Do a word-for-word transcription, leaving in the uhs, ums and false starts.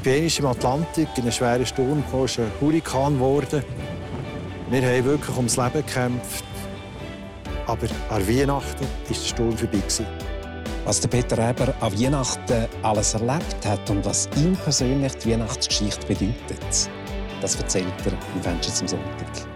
bin einmal im Atlantik in einen schweren Sturm gekommen, es ist ein Hurrikan geworden. Wir haben wirklich ums Leben gekämpft. Aber an Weihnachten war der Sturm vorbei. Was der Peter Eber an Weihnachten alles erlebt hat und was ihm persönlich die Weihnachtsgeschichte bedeutet, das erzählt er im Fenster zum Sonntag.